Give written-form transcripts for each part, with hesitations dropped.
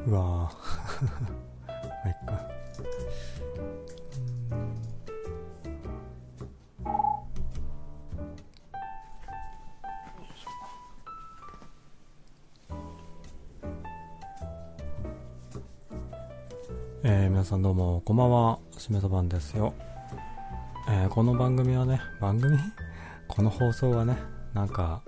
うわまあいっか。皆さんどうもこんばんは、しめそばんですよ。この番組はね、この放送はね、なんか、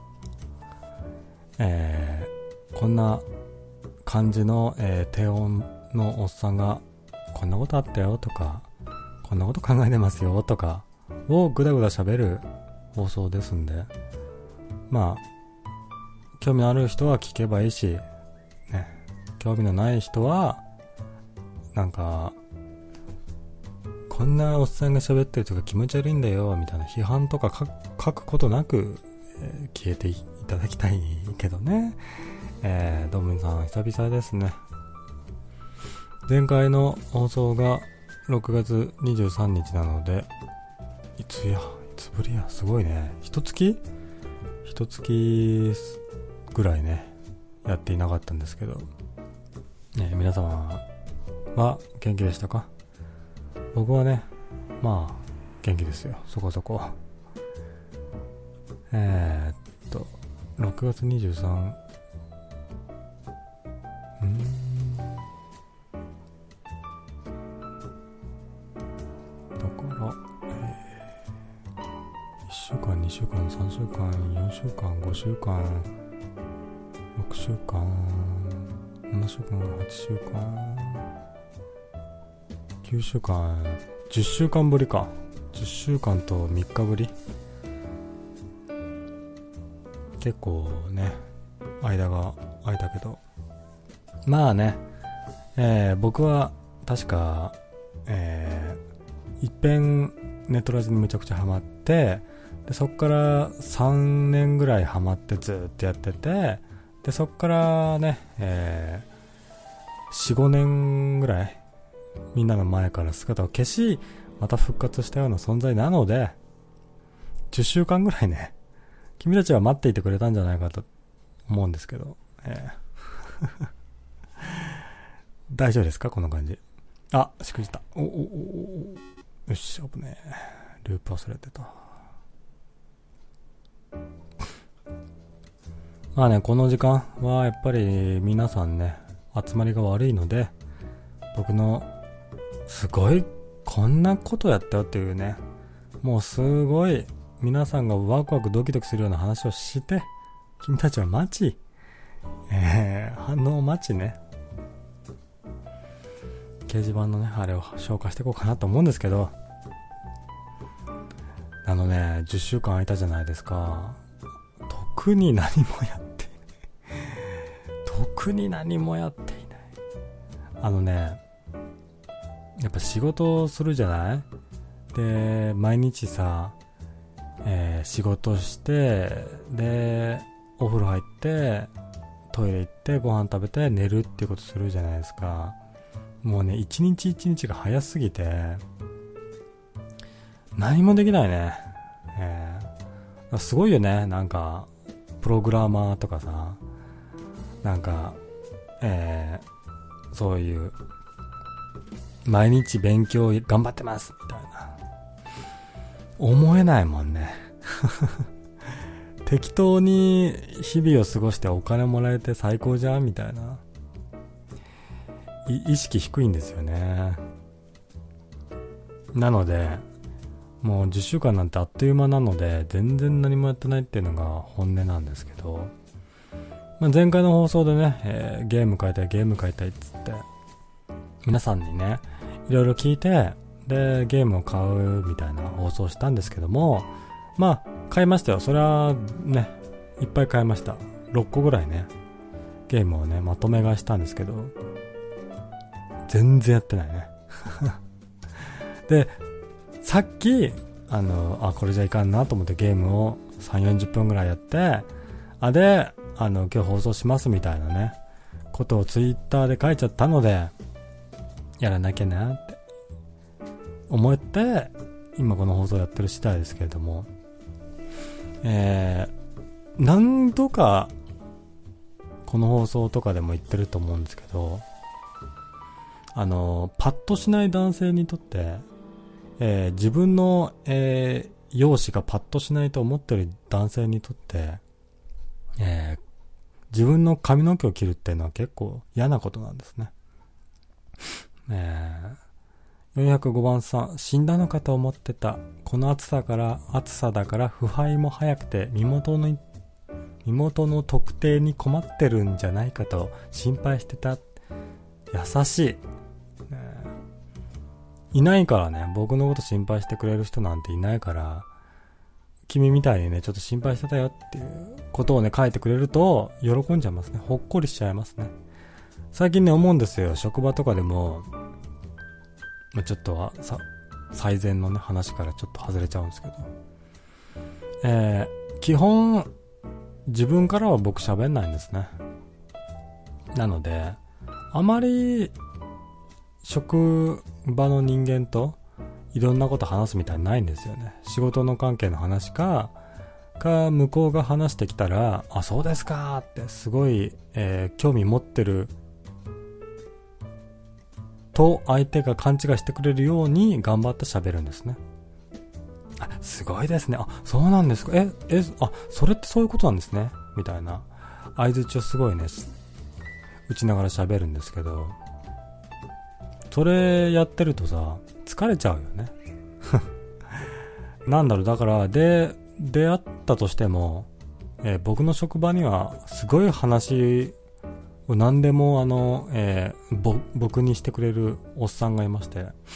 こんな感じの、低音のおっさんがこんなことあったよとか、こんなこと考えてますよとかをぐだぐだ喋る放送ですんで、まあ興味のある人は聞けばいいし、ね、興味のない人はなんかこんなおっさんが喋ってるとか気持ち悪いんだよみたいな批判とか書くことなく、消えていただきたいけどね。どうも皆さん久々ですね。前回の放送が6月23日なので、いつぶりや、すごいね。一月ぐらいねやっていなかったんですけど、皆様は元気でしたか？僕はね、まあ元気ですよ、そこそこ。6月23、だから、1週間、2週間、3週間、4週間、5週間、6週間、7週間、8週間、9週間、10週間ぶりか。10週間と3日ぶり。結構ね、間が空いたけど、まあね、僕は確か、いっぺんネットラジにめちゃくちゃハマって、でそっから3年ぐらいハマってずっとやってて、でそっからね、4、5年ぐらいみんなの前から姿を消し、また復活したような存在なので、10週間ぐらいね、君たちは待っていてくれたんじゃないかと思うんですけど、大丈夫ですかこの感じ。あ、しくじった。よし、危ねえ。ループ忘れてた。まあね、この時間はやっぱり皆さんね、集まりが悪いので、僕のすごいこんなことやったよっていうね、もうすごい皆さんがワクワクドキドキするような話をして、君たちは待ち、反応を待ちね、掲示板のねあれを消化していこうかなと思うんですけど、10週間空いたじゃないですか。特に何もやっていない。やっぱ仕事をするじゃない。で毎日さ、仕事して、でお風呂入ってトイレ行ってご飯食べて寝るっていうことするじゃないですか。もうね、一日一日が早すぎて何もできないね。すごいよね。なんかプログラマーとかさ、なんか、そういう毎日勉強頑張ってますみたいな思えないもんね。適当に日々を過ごしてお金もらえて最高じゃんみたいな、意識低いんですよね。なのでもう10週間なんてあっという間なので、全然何もやってないっていうのが本音なんですけど、前回の放送でね、ゲーム買いたいっつって皆さんにねいろいろ聞いて、でゲームを買うみたいな放送したんですけども、まあ買いましたよ。それはね、いっぱい買いました。6個ぐらいねゲームをねまとめ買いしたんですけど、全然やってないね。でさっきこれじゃいかんなと思ってゲームを3、40分ぐらいやって、で今日放送しますみたいなねことをツイッターで書いちゃったので、やらなきゃなって思って今この放送やってる次第ですけれども、何度かこの放送とかでも言ってると思うんですけど、パッとしない男性にとって、自分の、容姿がパッとしないと思ってる男性にとって、自分の髪の毛を切るっていうのは結構嫌なことなんですね。405番さん、死んだのかと思ってた。この暑さだから腐敗も早くて身元の特定に困ってるんじゃないかと心配してた。優しい。いないからね、僕のこと心配してくれる人なんていないから、君みたいにね、ちょっと心配してたよっていうことをね、書いてくれると、喜んじゃいますね。ほっこりしちゃいますね。最近ね、思うんですよ。職場とかでも、ちょっとは最善のね、話からちょっと外れちゃうんですけど。基本、自分からは僕喋んないんですね。なので、あまり、職場の人間といろんなこと話すみたいにないんですよね。仕事の関係の話か向こうが話してきたら、あ、そうですかってすごい、興味持ってると相手が勘違いしてくれるように頑張って喋るんですね。あ、すごいですね。あ、そうなんですか。それってそういうことなんですね。みたいな相槌をすごいね、打ちながら喋るんですけど、それやってるとさ、疲れちゃうよね。なんだろう、だから出会ったとしても、僕の職場にはすごい話を何でも僕にしてくれるおっさんがいまして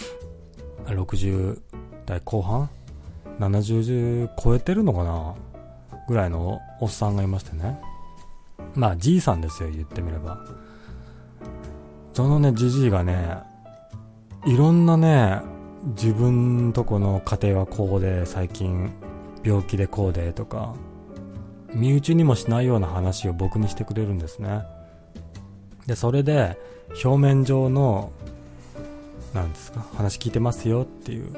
、60代後半70超えてるのかなぐらいのおっさんがいましてね。まあじいさんですよ、言ってみれば。そのね、じじいがね、いろんなね、自分とこの家庭はこうで、最近病気でこうでとか、身内にもしないような話を僕にしてくれるんですね。で、それで表面上のなんですか、話聞いてますよっていう、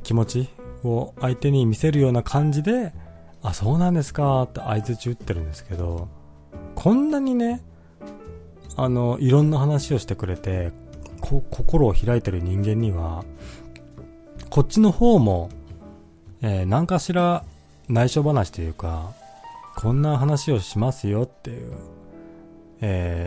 気持ちを相手に見せるような感じで、あ、そうなんですかって相槌打ってるんですけど、こんなにね、いろんな話をしてくれて心を開いてる人間には、こっちの方も、何かしら内緒話というか、こんな話をしますよっていう、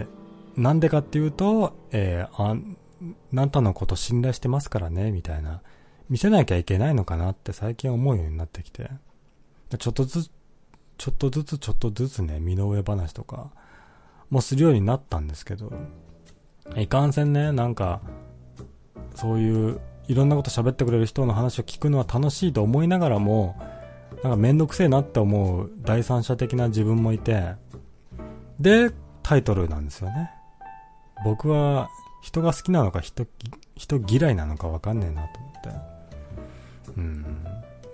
なんでかっていうと、あなたのこと信頼してますからねみたいな、見せなきゃいけないのかなって最近思うようになってきて、ちょっとずつね、身の上話とかもするようになったんですけど、いかんせんね、なんかそういういろんなこと喋ってくれる人の話を聞くのは楽しいと思いながらも、なんかめんどくせえなって思う第三者的な自分もいて、でタイトルなんですよね。僕は人が好きなのか人嫌いなのか分かんねえなと思って、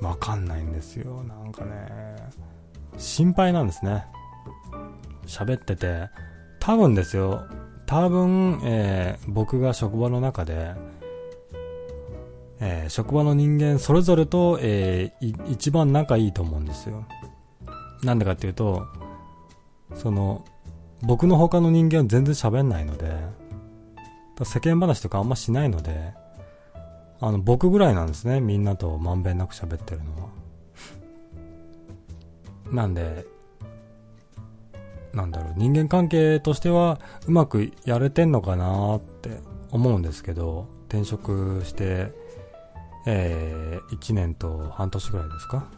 分かんないんですよ。なんかね、心配なんですね。喋ってて、多分ですよ、僕が職場の中で、職場の人間それぞれと、一番仲いいと思うんですよ。なんでかっていうと、僕の他の人間は全然喋んないので、世間話とかあんましないので、僕ぐらいなんですね、みんなとまんべんなく喋ってるのは。なんで、なんだろう、人間関係としてはうまくやれてんのかなって思うんですけど、転職して1年と半年ぐらいですか、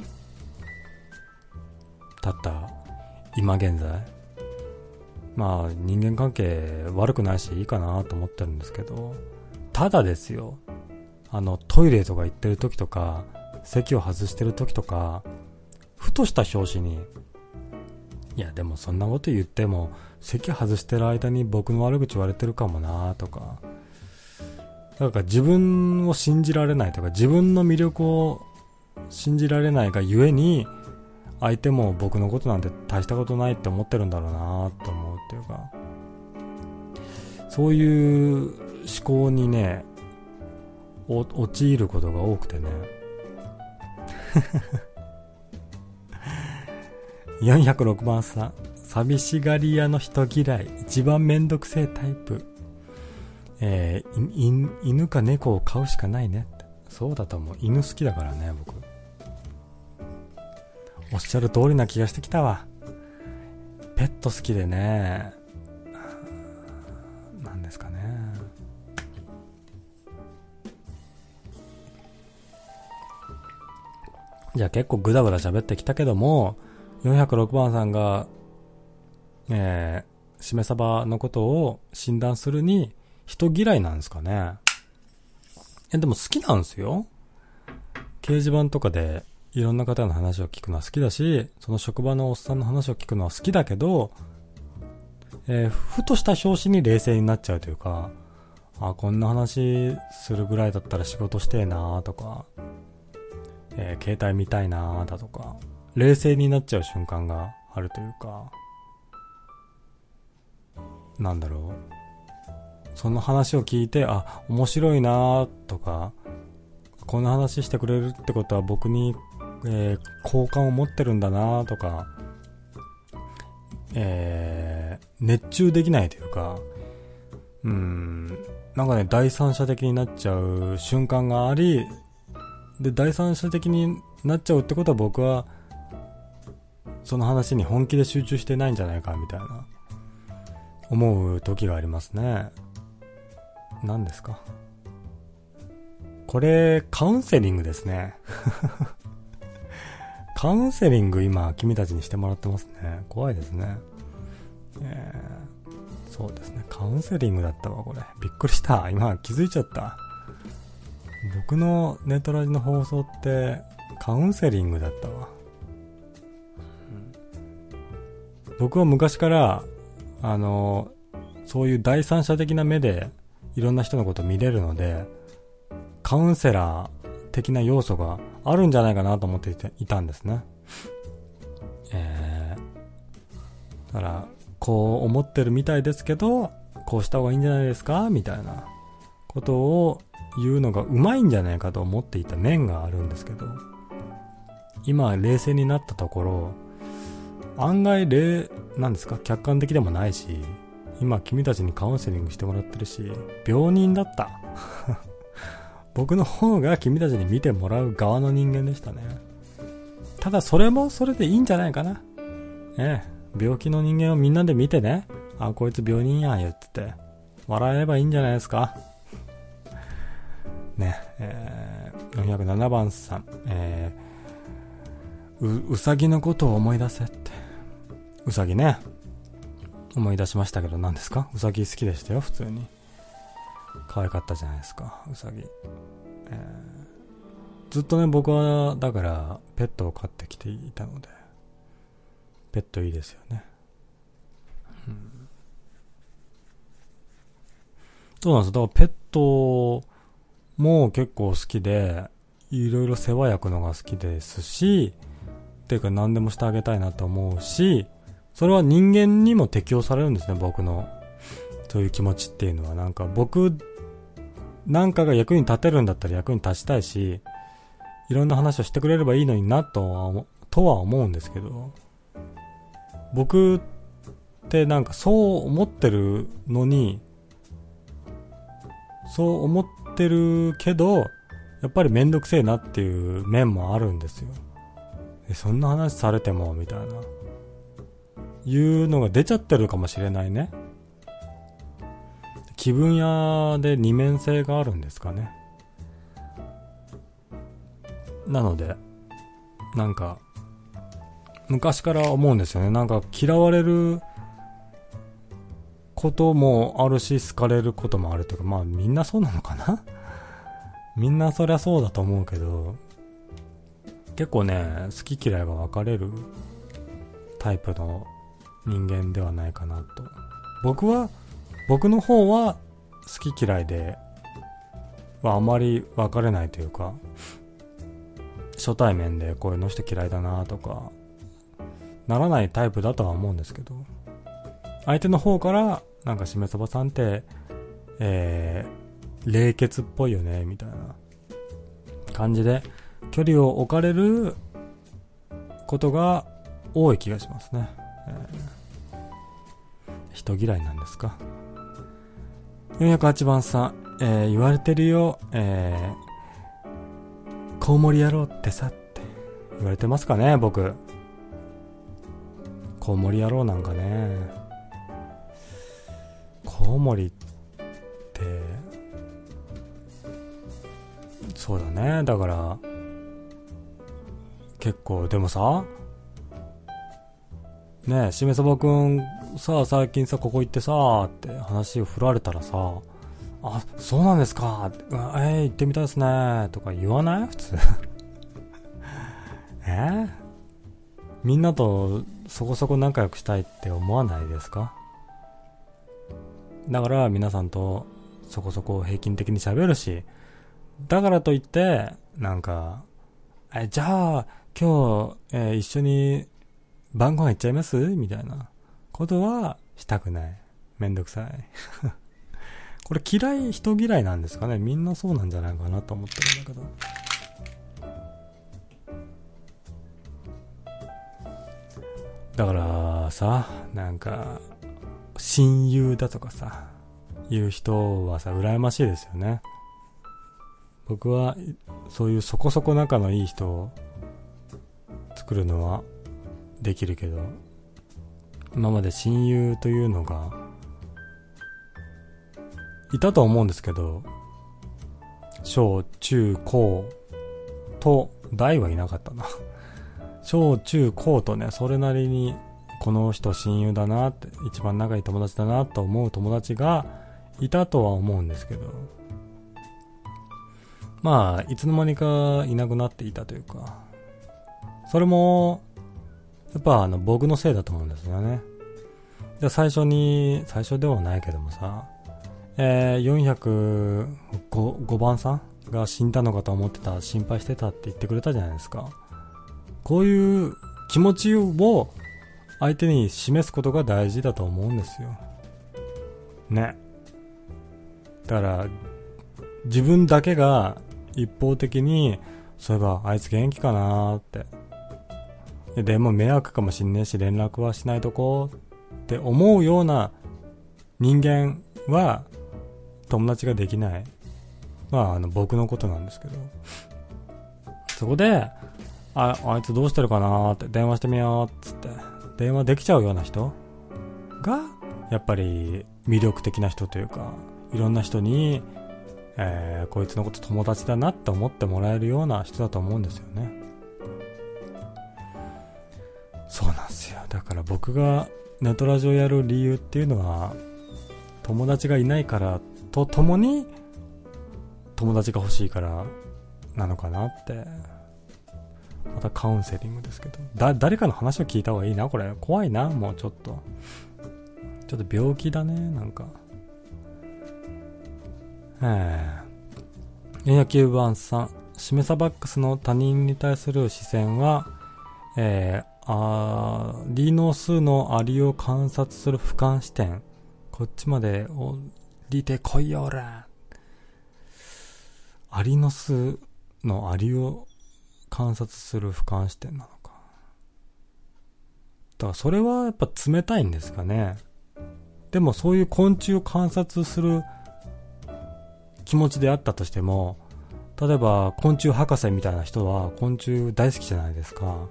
経った今現在、まあ人間関係悪くないしいいかなと思ってるんですけど、ただですよ、トイレとか行ってる時とか、席を外してる時とか、ふとした拍子に、いやでもそんなこと言っても席外してる間に僕の悪口言われてるかもなとか、だから自分を信じられないとか、自分の魅力を信じられないがゆえに、相手も僕のことなんて大したことないって思ってるんだろうなと思うっていうか、そういう思考にね、陥ることが多くてね。406番さ寂しがり屋の人嫌い、一番めんどくせえタイプ、犬か猫を飼うしかないね。そうだと思う。犬好きだからね、僕。おっしゃる通りな気がしてきたわ。ペット好きでね、なんですかね。じゃあ結構グダグダ喋ってきたけども、406番さんが、しめ鯖のことを診断するに人嫌いなんですかね。でも好きなんですよ。掲示板とかでいろんな方の話を聞くのは好きだし、その職場のおっさんの話を聞くのは好きだけど、ふとした拍子に冷静になっちゃうというか、こんな話するぐらいだったら仕事してえなーとか、携帯見たいなーだとか、冷静になっちゃう瞬間があるというか、なんだろう、その話を聞いて、面白いなーとか、こんな話してくれるってことは僕に、好感を持ってるんだなーとか、熱中できないというか、なんかね、第三者的になっちゃう瞬間があり、で、第三者的になっちゃうってことは僕は、その話に本気で集中してないんじゃないかみたいな、思う時がありますね。何ですかこれ、カウンセリングですね。カウンセリング今、君たちにしてもらってますね。怖いですね。そうですね。カウンセリングだったわ、これ。びっくりした。今、気づいちゃった。僕のネトラジの放送って、カウンセリングだったわ。僕は昔から、そういう第三者的な目で、いろんな人のことを見れるので、カウンセラー的な要素があるんじゃないかなと思っていたんですね。だから、こう思ってるみたいですけど、こうした方がいいんじゃないですかみたいなことを言うのがうまいんじゃないかと思っていた面があるんですけど、今冷静になったところ、案外なんですか、客観的でもないし、今君たちにカウンセリングしてもらってるし、病人だった。僕の方が君たちに見てもらう側の人間でしたね。ただそれもそれでいいんじゃないかな。病気の人間をみんなで見てね、こいつ病人やん言ってて笑えばいいんじゃないですかね。407番さん、うさぎのことを思い出せって。うさぎね、思い出しましたけど、何ですか？うさぎ好きでしたよ、普通に。可愛かったじゃないですか、うさぎ。ずっとね、僕はだからペットを飼ってきていたので、ペットいいですよね。そうなんです。だからペットも結構好きで、いろいろ世話焼くのが好きですし、っていうか何でもしてあげたいなと思うし、それは人間にも適用されるんですね、僕のそういう気持ちっていうのは。なんか僕なんかが役に立てるんだったら役に立ちたいし、いろんな話をしてくれればいいのになとは思うんですけど、僕ってなんかそう思ってるのに、そう思ってるけどやっぱりめんどくせえなっていう面もあるんですよ。そんな話されてもみたいないうのが出ちゃってるかもしれないね。気分屋で二面性があるんですかね。なのでなんか昔から思うんですよね。なんか嫌われることもあるし、好かれることもあるというか、まあみんなそうなのかな。みんなそりゃそうだと思うけど、結構ね、好き嫌いが分かれるタイプの人間ではないかなと。僕の方は好き嫌いではあまり分かれないというか、初対面でこういうの人嫌いだなとかならないタイプだとは思うんですけど、相手の方からなんかしめそばさんって冷血っぽいよねみたいな感じで距離を置かれることが多い気がしますね。 人嫌いなんですか。408番さん、言われてるよ、コウモリ野郎ってさって言われてますかね。僕コウモリ野郎なんかね。コウモリってそうだね。だから結構でもさねえ、しめさばくんさ、最近さここ行ってさって話を振られたらさ、あ、そうなんですか、行ってみたいですねとか言わない普通みんなとそこそこ仲良くしたいって思わないですか。だから皆さんとそこそこ平均的に喋るし、だからといってなんかじゃあ今日、一緒に晩ご飯行っちゃいますみたいなことはしたくない。めんどくさいこれ人嫌いなんですかね。みんなそうなんじゃないかなと思ってるんだけど。だからさ、なんか親友だとかさいう人はさ羨ましいですよね。僕はそういうそこそこ仲のいい人を作るのはできるけど、今まで親友というのがいたと思うんですけど、小中高と大はいなかったな小中高とね、それなりにこの人親友だなって、一番仲いい友達だなと思う友達がいたとは思うんですけど、まあいつの間にかいなくなっていたというか、それもやっぱ僕のせいだと思うんですよね。で、最初ではないけどもさ、405番さんが死んだのかと思ってた、心配してたって言ってくれたじゃないですか。こういう気持ちを相手に示すことが大事だと思うんですよね。だから自分だけが一方的に、そういえばあいつ元気かなーって、でも迷惑かもしんねえし連絡はしないとこって思うような人間は友達ができない。まあ僕のことなんですけど、そこであいつどうしてるかなーって電話してみようっつって電話できちゃうような人がやっぱり魅力的な人というか、いろんな人に、こいつのこと友達だなって思ってもらえるような人だと思うんですよね。そうなんですよ。だから僕がネットラジオやる理由っていうのは、友達がいないからとともに友達が欲しいからなのかなって。またカウンセリングですけど、誰かの話を聞いた方がいいな。これ怖いな。もうちょっと病気だね、なんか。409番さん、シメサバックスの他人に対する視線は、アリの巣のアリを観察する俯瞰視点。こっちまで降りてこいよら。アリの巣のアリを観察する俯瞰視点なのか。だからそれはやっぱ冷たいんですかね。でもそういう昆虫を観察する気持ちであったとしても、例えば昆虫博士みたいな人は昆虫大好きじゃないですか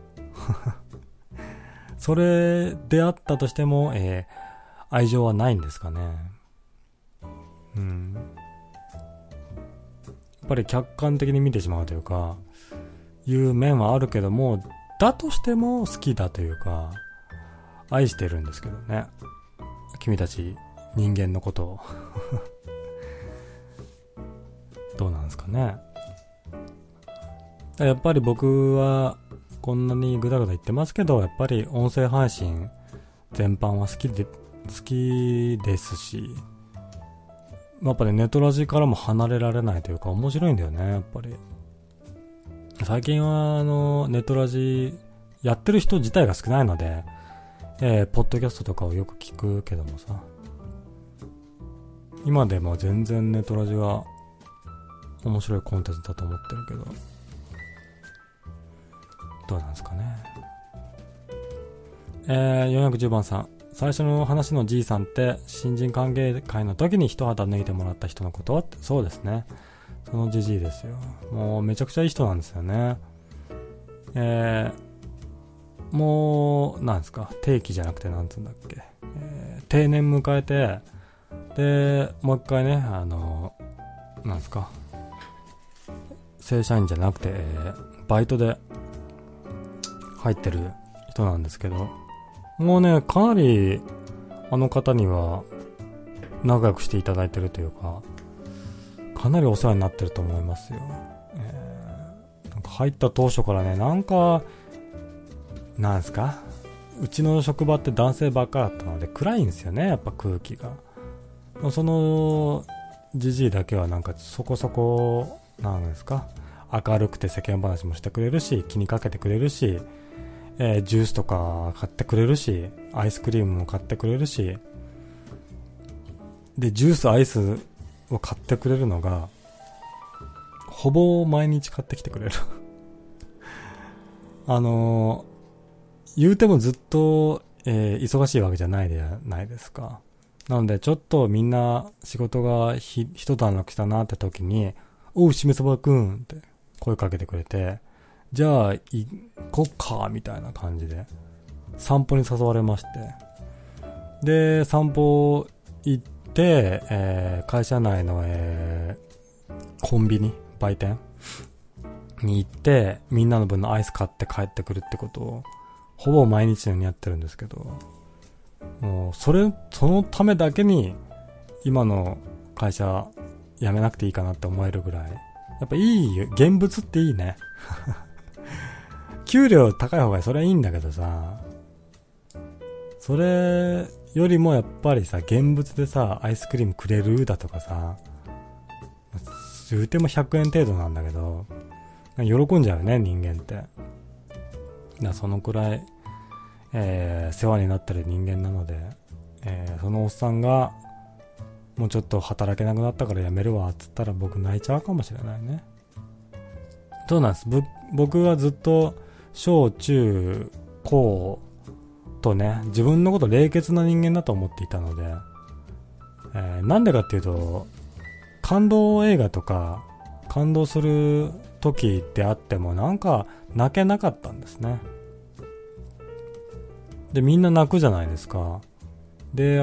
それであったとしても、愛情はないんですかね。やっぱり客観的に見てしまうというか、いう面はあるけども、だとしても好きだというか愛してるんですけどね、君たち人間のことをどうなんですかね。やっぱり僕はこんなにグダグダ言ってますけど、やっぱり音声配信全般は好きですし、やっぱりネトラジからも離れられないというか面白いんだよね。やっぱり最近はネトラジやってる人自体が少ないので、ポッドキャストとかをよく聞くけどもさ、今でも全然ネトラジは面白いコンテンツだと思ってるけど、どうなんですかね。410番さん、 最初の話のじいさんって新人歓迎会の時に一肌脱いでもらった人のことって、そうですね。そのじじいですよ。もうめちゃくちゃいい人なんですよね。もう、なんですか、定期じゃなくてなんつうんだっけ。定年迎えて、で、もう一回ね、なんですか、正社員じゃなくて、バイトで入ってる人なんですけど、もうね、かなりあの方には仲良くしていただいてるというか、かなりお世話になってると思いますよ。なんか入った当初からね、なんですか、うちの職場って男性ばっかだったので暗いんですよね、やっぱ空気が。そのじじいだけはなんかそこそこなんですか、明るくて世間話もしてくれるし、気にかけてくれるし、ジュースとか買ってくれるし、アイスクリームも買ってくれるし、でジュースアイスを買ってくれるのがほぼ毎日買ってきてくれる言うてもずっと、忙しいわけじゃないじゃないですか。なのでちょっとみんな仕事が一段落したなって時に、おうしめそばくんって声かけてくれて、じゃあ行こっかみたいな感じで散歩に誘われまして、で散歩行って、会社内の、コンビニ売店に行ってみんなの分のアイス買って帰ってくるってことをほぼ毎日のようにやってるんですけど、もうそのためだけに今の会社辞めなくていいかなって思えるぐらい、やっぱいいよ、現物っていいね給料高い方がそれはいいんだけどさ、それよりもやっぱりさ、現物でさアイスクリームくれるだとかさ、言うても100円程度なんだけど喜んじゃうよね、人間って。そのくらい、世話になってる人間なので、そのおっさんがもうちょっと働けなくなったから辞めるわっつったら僕泣いちゃうかもしれないね。そうなんです。僕はずっと小中高とね、自分のこと冷血な人間だと思っていたので、なんでかっていうと、感動映画とか感動する時であってもなんか泣けなかったんですね。でみんな泣くじゃないですか。で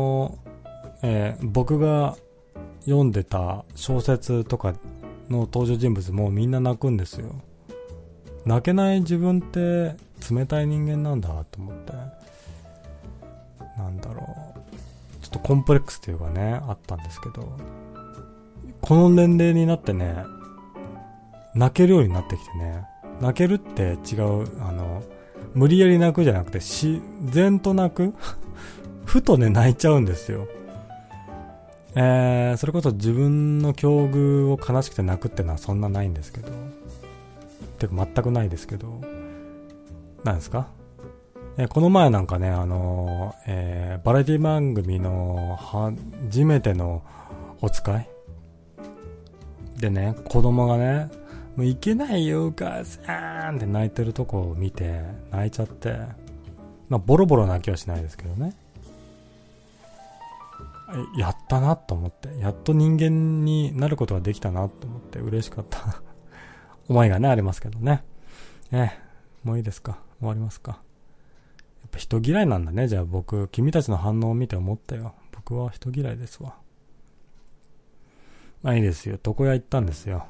僕が読んでた小説とかの登場人物もみんな泣くんですよ。泣けない自分って冷たい人間なんだと思って、なんだろう、ちょっとコンプレックスというかね、あったんですけど、この年齢になってね、泣けるようになってきてね、泣けるって違う、無理やり泣くじゃなくて自然と泣くふとね泣いちゃうんですよ。それこそ自分の境遇を悲しくて泣くってのはそんなないんですけど、てか全くないですけど、なんですか、この前なんかね、バラエティ番組の初めてのお使いでね、子供がね、もういけないよお母さんって泣いてるとこを見て泣いちゃって、まあボロボロ泣きはしないですけどね、やったなと思って、やっと人間になることができたなと思って嬉しかった思いがねありますけどね。もういいですか、終わりますか。やっぱ人嫌いなんだね。じゃあ僕、君たちの反応を見て思ったよ。僕は人嫌いですわ。まあいいですよ。床屋行ったんですよ。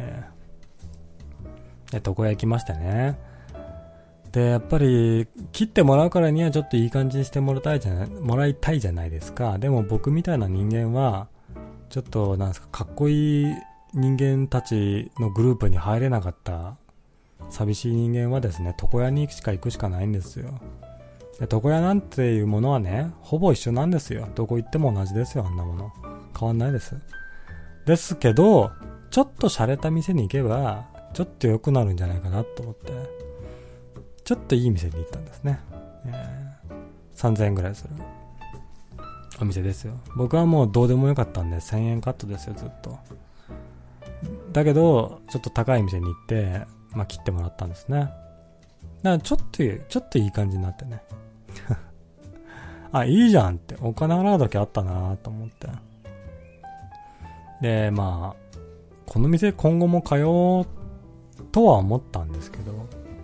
床屋行きましてね。でやっぱり切ってもらうからにはちょっといい感じにしてもらいたいじゃないですか。でも僕みたいな人間はちょっとなんですか、かっこいい人間たちのグループに入れなかった寂しい人間はですね、床屋に行くしかないんですよ。で床屋なんていうものはね、ほぼ一緒なんですよ。どこ行っても同じですよ。あんなもの変わんないですけど、ちょっと洒落た店に行けばちょっと良くなるんじゃないかなと思って、ちょっといい店に行ったんですね。3000円ぐらいするお店ですよ。僕はもうどうでもよかったんで1000円カットですよ、ずっと。だけどちょっと高い店に行って、まあ、切ってもらったんですね。だからちょっといい感じになってねあ、いいじゃんって、お金払うだけあったなと思って。で、まあ、この店今後も通おうとは思ったんですけど、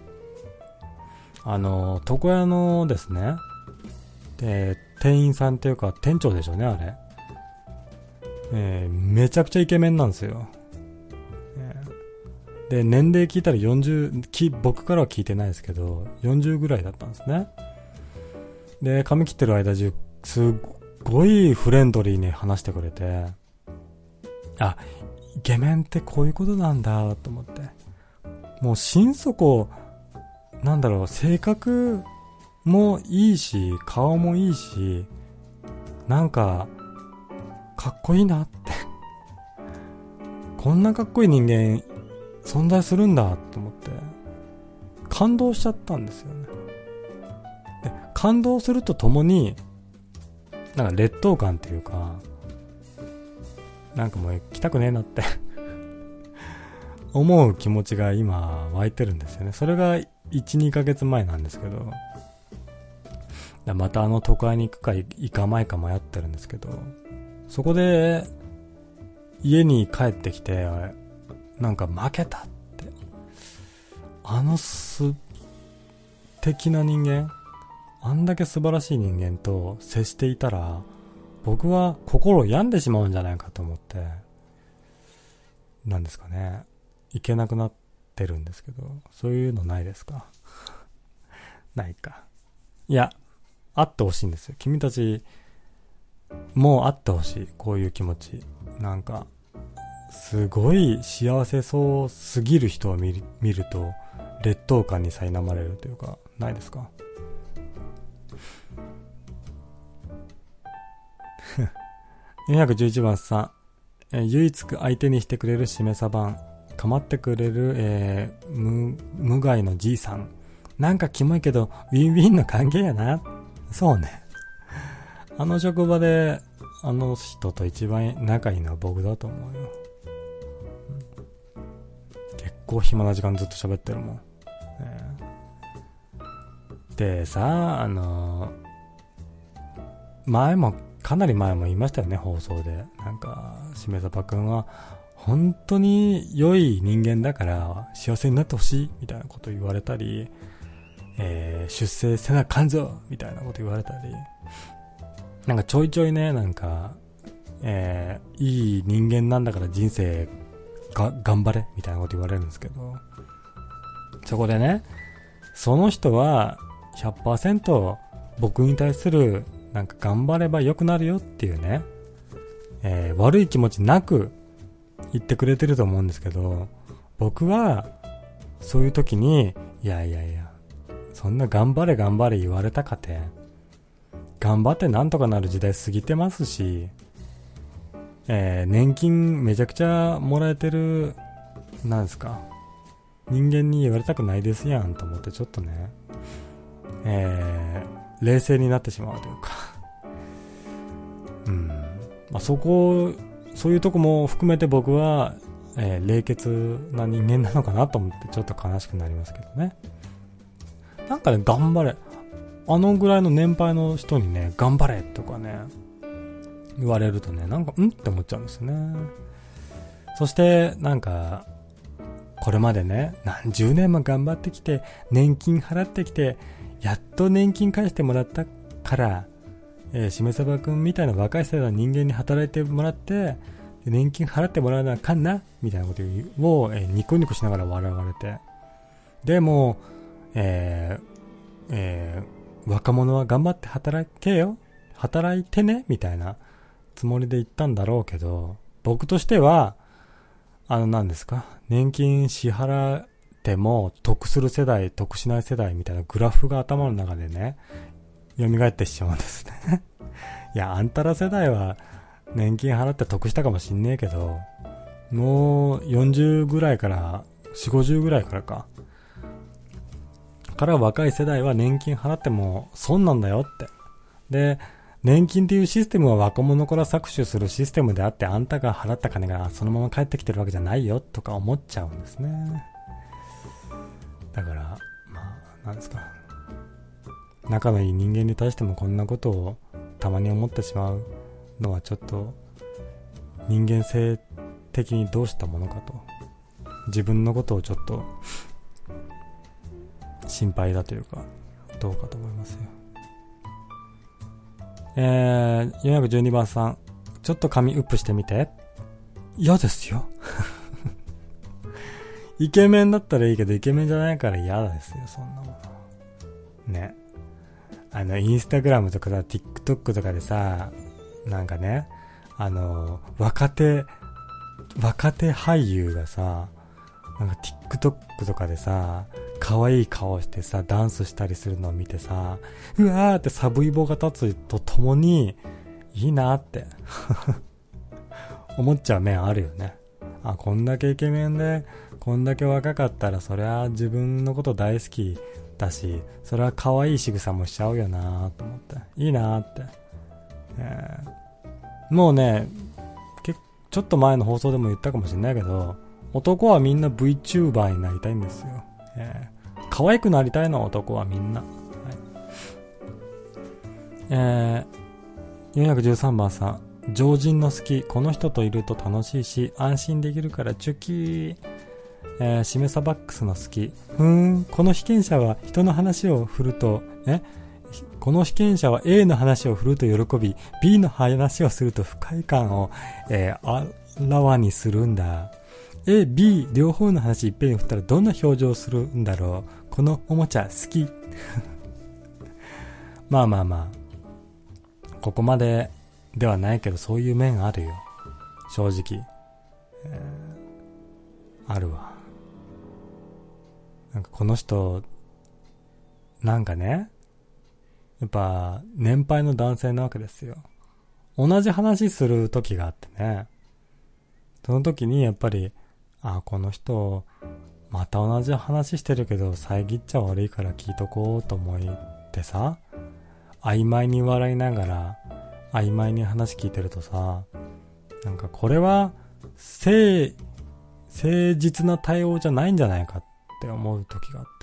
床屋のですね、で、店員さんっていうか店長でしょうね、あれ。めちゃくちゃイケメンなんですよ。で、年齢聞いたら40、僕からは聞いてないですけど、40ぐらいだったんですね。で、髪切ってる間中、すっごいフレンドリーに話してくれて、あ、イケメンってこういうことなんだと思って。もう心底、なんだろう、性格もいいし、顔もいいし、なんか、かっこいいなって。こんなかっこいい人間、存在するんだと思って、感動しちゃったんですよね。で、感動するとともに、なんか劣等感っていうか、なんかもう来たくねえなって思う気持ちが今湧いてるんですよね。それが1、2ヶ月前なんですけど、また都会に行くか行かないか迷ってるんですけど、そこで家に帰ってきて、なんか負けたって、素敵な人間、あんだけ素晴らしい人間と接していたら、僕は心病んでしまうんじゃないかと思って、なんですかね、いけなくなってるんですけど、そういうのないですか？ないか。いや、あってほしいんですよ。君たちもうあってほしい、こういう気持ち。なんかすごい幸せそうすぎる人を見ると劣等感に苛まれるというか、ないですか？411番さん、唯一相手にしてくれるしめさばん、構ってくれる、無害のじいさん、なんかキモいけどウィンウィンの関係やな。そうね、職場で人と一番仲いいのは僕だと思うよ。結構暇な時間ずっと喋ってるもん。でさ、かなり前も言いましたよね、放送で。なんか、しめさばくんは本当に良い人間だから幸せになってほしいみたいなこと言われたり、出世せなあかんぞみたいなこと言われたり、なんかちょいちょいね、なんか、いい人間なんだから人生が頑張れみたいなこと言われるんですけど、そこでね、その人は 100% 僕に対するなんか頑張れば良くなるよっていうね、悪い気持ちなく言ってくれてると思うんですけど、僕はそういう時に、いやそんな頑張れ言われたかて、頑張ってなんとかなる時代過ぎてますし、年金めちゃくちゃもらえてる、なんですか、人間に言われたくないですやんと思って、ちょっとね、冷静になってしまうというかそういうとこも含めて僕は、冷血な人間なのかなと思ってちょっと悲しくなりますけどね。なんかね、頑張れ、ぐらいの年配の人にね、頑張れとかね言われるとね、なんかって思っちゃうんですよね。そしてなんか、これまでね、何十年も頑張ってきて年金払ってきて、やっと年金返してもらったから、しめさばくんみたいな若い世代の人間に働いてもらって年金払ってもらわなあかんなみたいなことを、ニコニコしながら笑われて、でも、若者は頑張って働けよ、働いてねみたいなつもりで言ったんだろうけど、僕としては何ですか、年金支払っても得する世代得しない世代みたいなグラフが頭の中でね蘇ってしまうんですねいや、あんたら世代は年金払って得したかもしんねえけど、もう40ぐらいから4、50ぐらいから若い世代は年金払っても損なんだよって。で、年金っていうシステムは若者から搾取するシステムであって、あんたが払った金がそのまま返ってきてるわけじゃないよとか思っちゃうんですね。だから、なんですか、 仲のいい人間に対してもこんなことをたまに思ってしまうのはちょっと人間性的にどうしたものかと、自分のことをちょっと心配だというかどうかと思いますよ。412番さん、ちょっと髪ウップしてみて。嫌ですよイケメンだったらいいけどイケメンじゃないから嫌ですよ、そんなものね。インスタグラムとかさ TikTok とかでさ、なんかね、若手俳優がさ、なんか TikTok とかでさ、可愛い顔してさダンスしたりするのを見てさ、うわーってサブイボが立つとともにいいなって思っちゃう面あるよね。あ、こんだけイケメンでこんだけ若かったらそりゃ自分のこと大好きだし、それは可愛い仕草もしちゃうよなと思って、いいなって、もうね、ちょっと前の放送でも言ったかもしれないけど、男はみんな VTuber になりたいんですよ。可愛くなりたいの男はみんな、413番さん、常人の好き、この人といると楽しいし安心できるからチュキー。シメサバックスの好き。この被験者は人の話を振るとこの被験者は A の話を振ると喜び B の話をすると不快感を、あらわにするんだ。A、B 両方の話いっぺんに振ったらどんな表情をするんだろう。このおもちゃ好きまあここまでではないけどそういう面あるよ、正直、あるわ。なんかこの人なんかね、やっぱ年配の男性なわけですよ。同じ話する時があってね、その時にやっぱり、この人また同じ話してるけど遮っちゃ悪いから聞いとこうと思ってさ、曖昧に笑いながら曖昧に話聞いてるとさ、なんかこれは誠実な対応じゃないんじゃないかって思う時があって、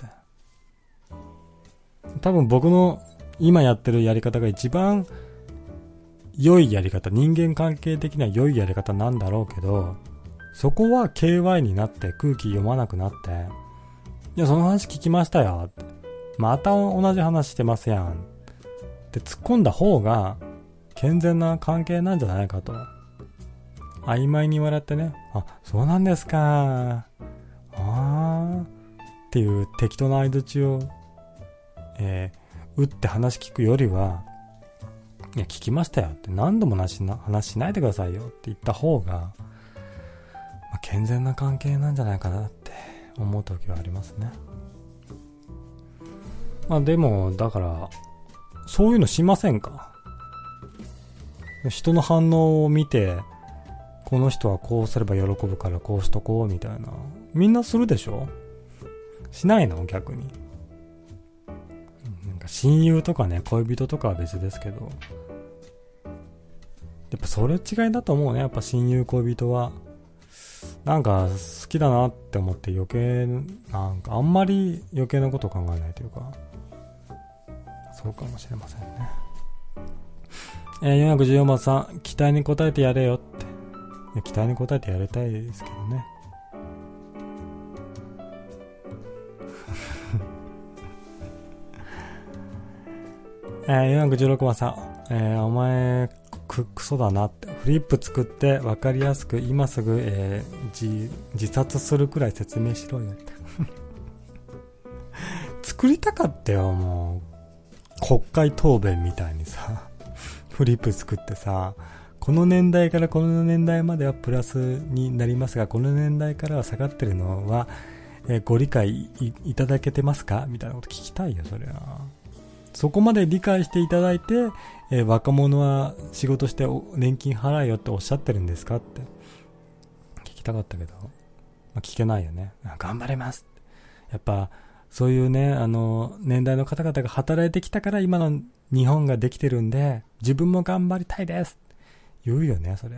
多分僕の今やってるやり方が一番良いやり方、人間関係的には良いやり方なんだろうけど、そこは KY になって空気読まなくなって、いやその話聞きましたよって、また同じ話してますやんって突っ込んだ方が健全な関係なんじゃないかと。曖昧に笑ってね、そうなんですかっていう適当な相槌を、打って話聞くよりは、いや聞きましたよって何度も話しないでくださいよって言った方が、健全な関係なんじゃないかなって思う時はありますね。でもだからそういうのしませんか？人の反応を見て、この人はこうすれば喜ぶからこうしとこうみたいな、みんなするでしょ？しないの？逆に。なんか親友とかね、恋人とかは別ですけど、やっぱそれ違いだと思うね。やっぱ親友恋人はなんか好きだなって思って余計なんかあんまり余計なことを考えないというか、そうかもしれませんね。414番さん、期待に応えてやれよって。いや期待に応えてやりたいですけどね。416番さん、お前クソだなって、フリップ作って分かりやすく今すぐ、自殺するくらい説明しろよって作りたかったよ、もう国会答弁みたいにさフリップ作ってさ、この年代からこの年代まではプラスになりますが、この年代からは下がってるのは、ご理解 いただけてますかみたいなこと聞きたいよ、それは。そこまで理解していただいて、若者は仕事して年金払えよっておっしゃってるんですかって聞きたかったけど、聞けないよね。頑張れますやっぱそういうね、年代の方々が働いてきたから今の日本ができてるんで、自分も頑張りたいです言うよね、そり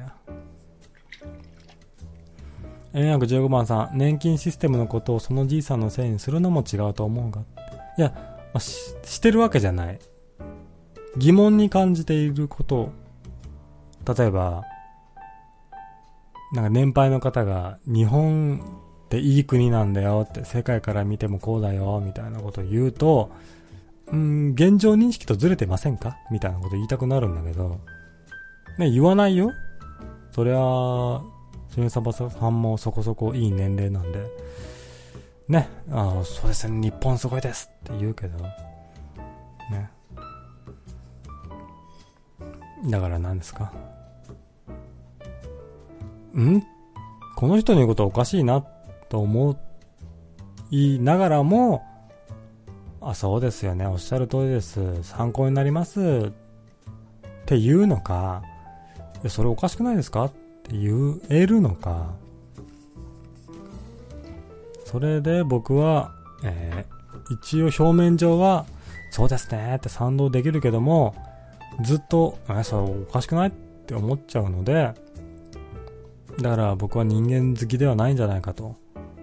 ゃ。15番さん、年金システムのことをそのじいさんのせいにするのも違うと思うが。いや、 してるわけじゃない。疑問に感じていること。例えば、なんか年配の方が日本っていい国なんだよって、世界から見てもこうだよみたいなことを言うと、現状認識とずれてませんかみたいなこと言いたくなるんだけど、ね、言わないよ。そりゃジュンサバさんもそこそこいい年齢なんでね、そうですね、日本すごいですって言うけどね。だから何ですか、この人の言うことはおかしいなと思いながらも、そうですよね、おっしゃる通りです、参考になりますって言うのか、それおかしくないですかって言えるのか。それで僕は、一応表面上はそうですねって賛同できるけども、ずっとそれおかしくないって思っちゃうので、だから僕は人間好きではないんじゃないかと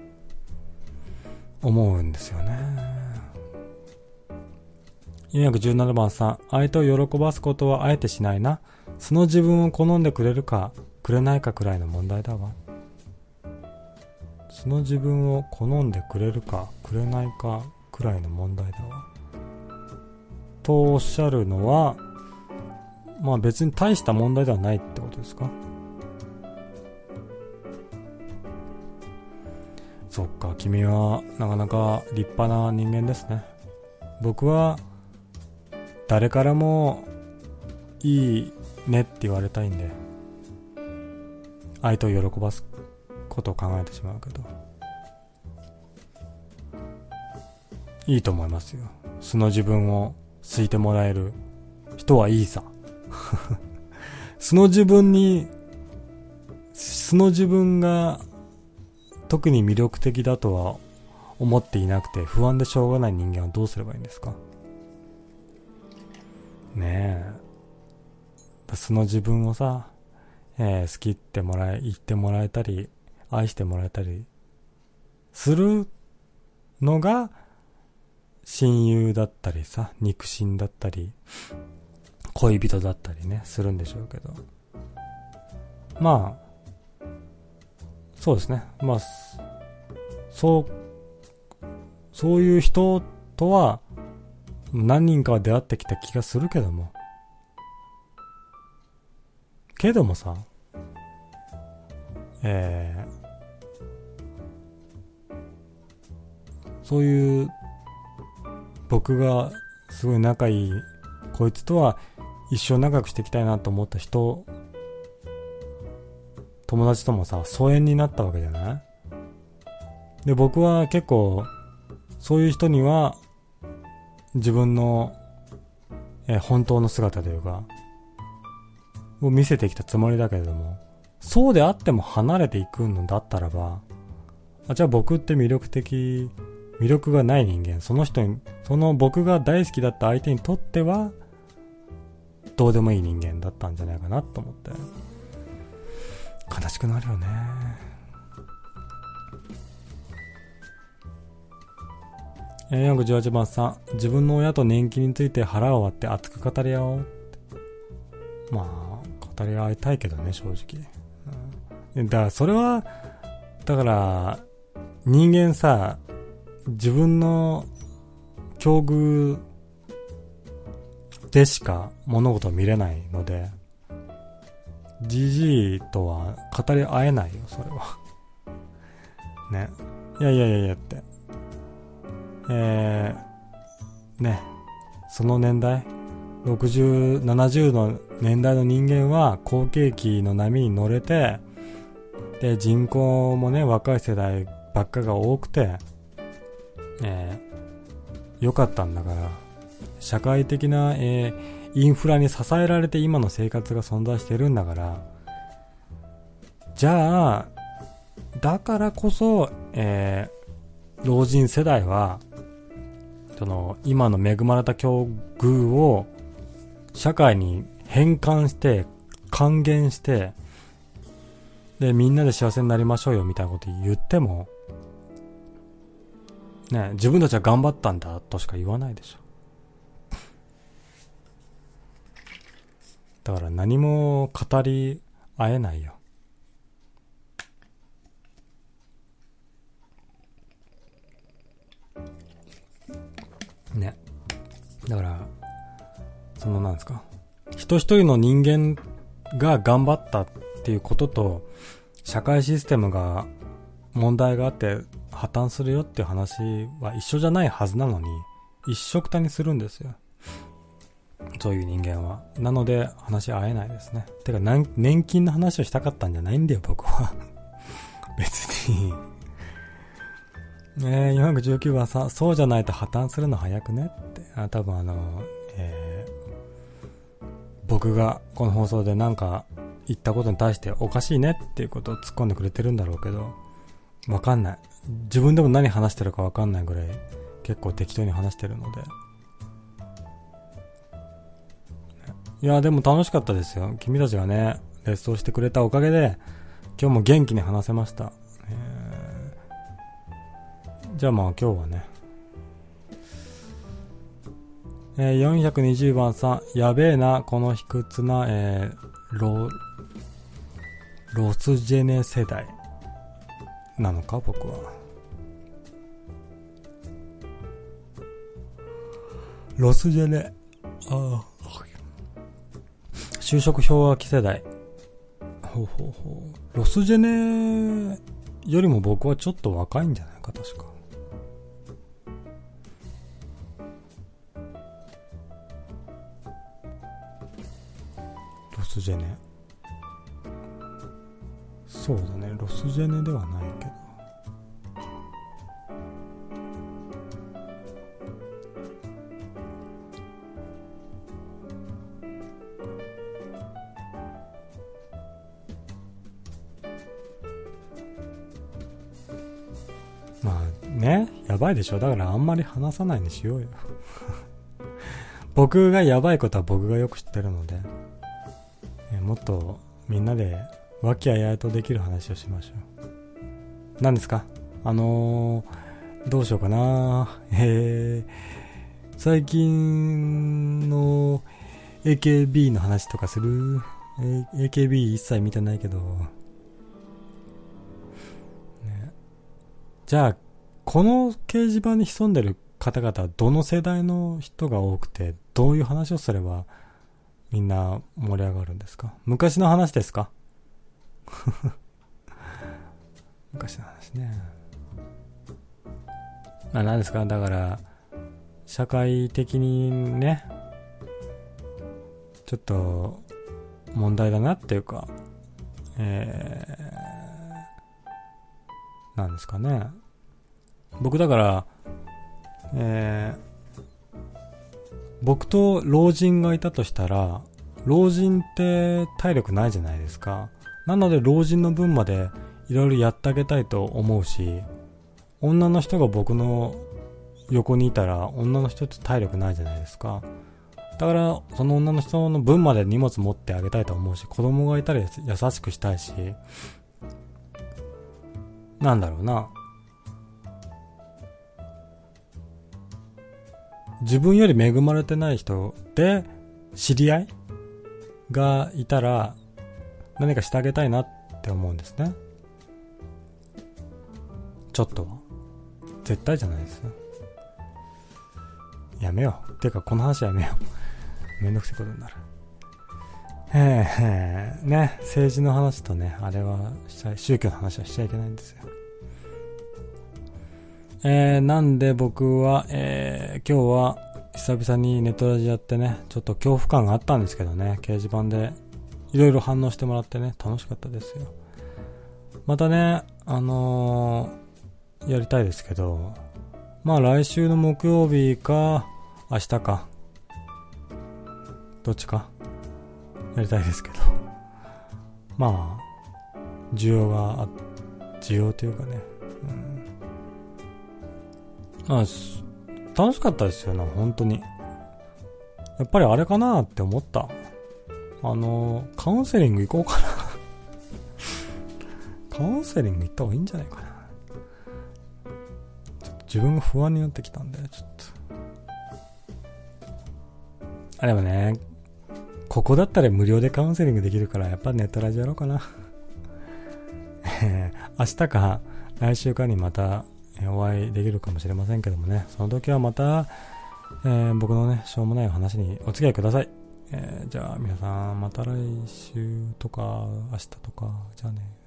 思うんですよね。417番さん、相手を喜ばすことはあえてしないな。素の自分を好んでくれるかくれないかくらいの問題だわ。素の自分を好んでくれるかくれないかくらいの問題だわとおっしゃるのは、まあ別に大した問題ではないってことですか。そっか、君はなかなか立派な人間ですね。僕は誰からもいいねって言われたいんで、相手を喜ばすことを考えてしまうけど、いいと思いますよ。素の自分を好いてもらえる人はいいさ素の自分が特に魅力的だとは思っていなくて不安でしょうがない人間はどうすればいいんですかねえ。素の自分をさ、好きって言ってもらえたり愛してもらえたりするのが親友だったりさ、肉親だったり恋人だったりね、するんでしょうけど、まあそうですね、まあそういう人とは何人かは出会ってきた気がするけども、さ、そういう僕がすごい仲いいこいつとは一生長くしていきたいなと思った人、友達ともさ疎遠になったわけじゃない。で僕は結構そういう人には自分の、本当の姿というかを見せてきたつもりだけれども、そうであっても離れていくのだったらば、じゃあ僕って魅力がない人間、その僕が大好きだった相手にとってはどうでもいい人間だったんじゃないかなと思って、悲しくなるよね。418番さん、自分の親と年金について腹を割って熱く語り合おうって。まあ語り合いたいけどね、正直、だからそれはだから人間さ、自分の境遇でしか物事を見れないので、じじいとは語り合えないよ、それはね。いやってね、その年代60、70の年代の人間は好景気の波に乗れて、で人口もね若い世代ばっかが多くて、良かったんだから、社会的な、インフラに支えられて今の生活が存在してるんだから、じゃあだからこそ、老人世代はその今の恵まれた境遇を社会に変換して還元して、でみんなで幸せになりましょうよみたいなこと言っても、 ね、自分たちは頑張ったんだとしか言わないでしょ。だから何も語り合えないよ。ね。だからなんですか、人一人の人間が頑張ったっていうことと、社会システムが問題があって破綻するよっていう話は一緒じゃないはずなのに、一緒くたにするんですよ、そういう人間は。なので話し合えないですね。てか年金の話をしたかったんじゃないんだよ僕は別に419番さん、そうじゃないと破綻するの早くねって。多分僕がこの放送でなんか言ったことに対しておかしいねっていうことを突っ込んでくれてるんだろうけど、わかんない。自分でも何話してるかわかんないぐらい結構適当に話してるので。いやでも楽しかったですよ。君たちがね列奏してくれたおかげで今日も元気に話せました。じゃあまあ今日はね、420番さん、やべえなこの卑屈な、ロスジェネ世代なのか僕は。ロスジェネ、就職氷河期世代。ロスジェネよりも僕はちょっと若いんじゃないか確か。ロスジェネ、そうだね、ロスジェネではないけど、まあね、やばいでしょ。だからあんまり話さないにしようよ僕がやばいことは僕がよく知ってるので、もっとみんなで和気あいあいとできる話をしましょう。何ですか？どうしようかな。最近の AKB の話とかする？ AKB 一切見てないけど、ね、じゃあこの掲示板に潜んでる方々はどの世代の人が多くて、どういう話をすればみんな盛り上がるんですか？昔の話ですか？昔の話ね。まあ何ですか、だから社会的にねちょっと問題だなっていうか、なんですかね。僕だから、僕と老人がいたとしたら、老人って体力ないじゃないですか。なので老人の分までいろいろやってあげたいと思うし、女の人が僕の横にいたら女の人って体力ないじゃないですか。だからその女の人の分まで荷物持ってあげたいと思うし、子供がいたら優しくしたいし、なんだろうな、自分より恵まれてない人で知り合いがいたら何かしてあげたいなって思うんですね。ちょっとは絶対じゃないですよ。やめよう。てかこの話やめよう。めんどくせえことになる。ね、政治の話とね、あれは宗教の話はしちゃいけないんですよ。なんで僕は、今日は久々にネトラジやってね、ちょっと恐怖感があったんですけどね、掲示板でいろいろ反応してもらってね、楽しかったですよ。またね、やりたいですけど、まあ来週の木曜日か明日かどっちかやりたいですけど、まあ需要というかね、まあ楽しかったですよね、本当に。やっぱりあれかなって思った。カウンセリング行こうかなカウンセリング行った方がいいんじゃないかな。ちょっと自分が不安になってきたんで、ちょっと。でもね、ここだったら無料でカウンセリングできるから、やっぱネットラジオやろうかな。明日か来週かにまたお会いできるかもしれませんけどもね、その時はまた、僕のね、しょうもない話にお付き合いください。じゃあ皆さんまた来週とか明日とか、じゃあね。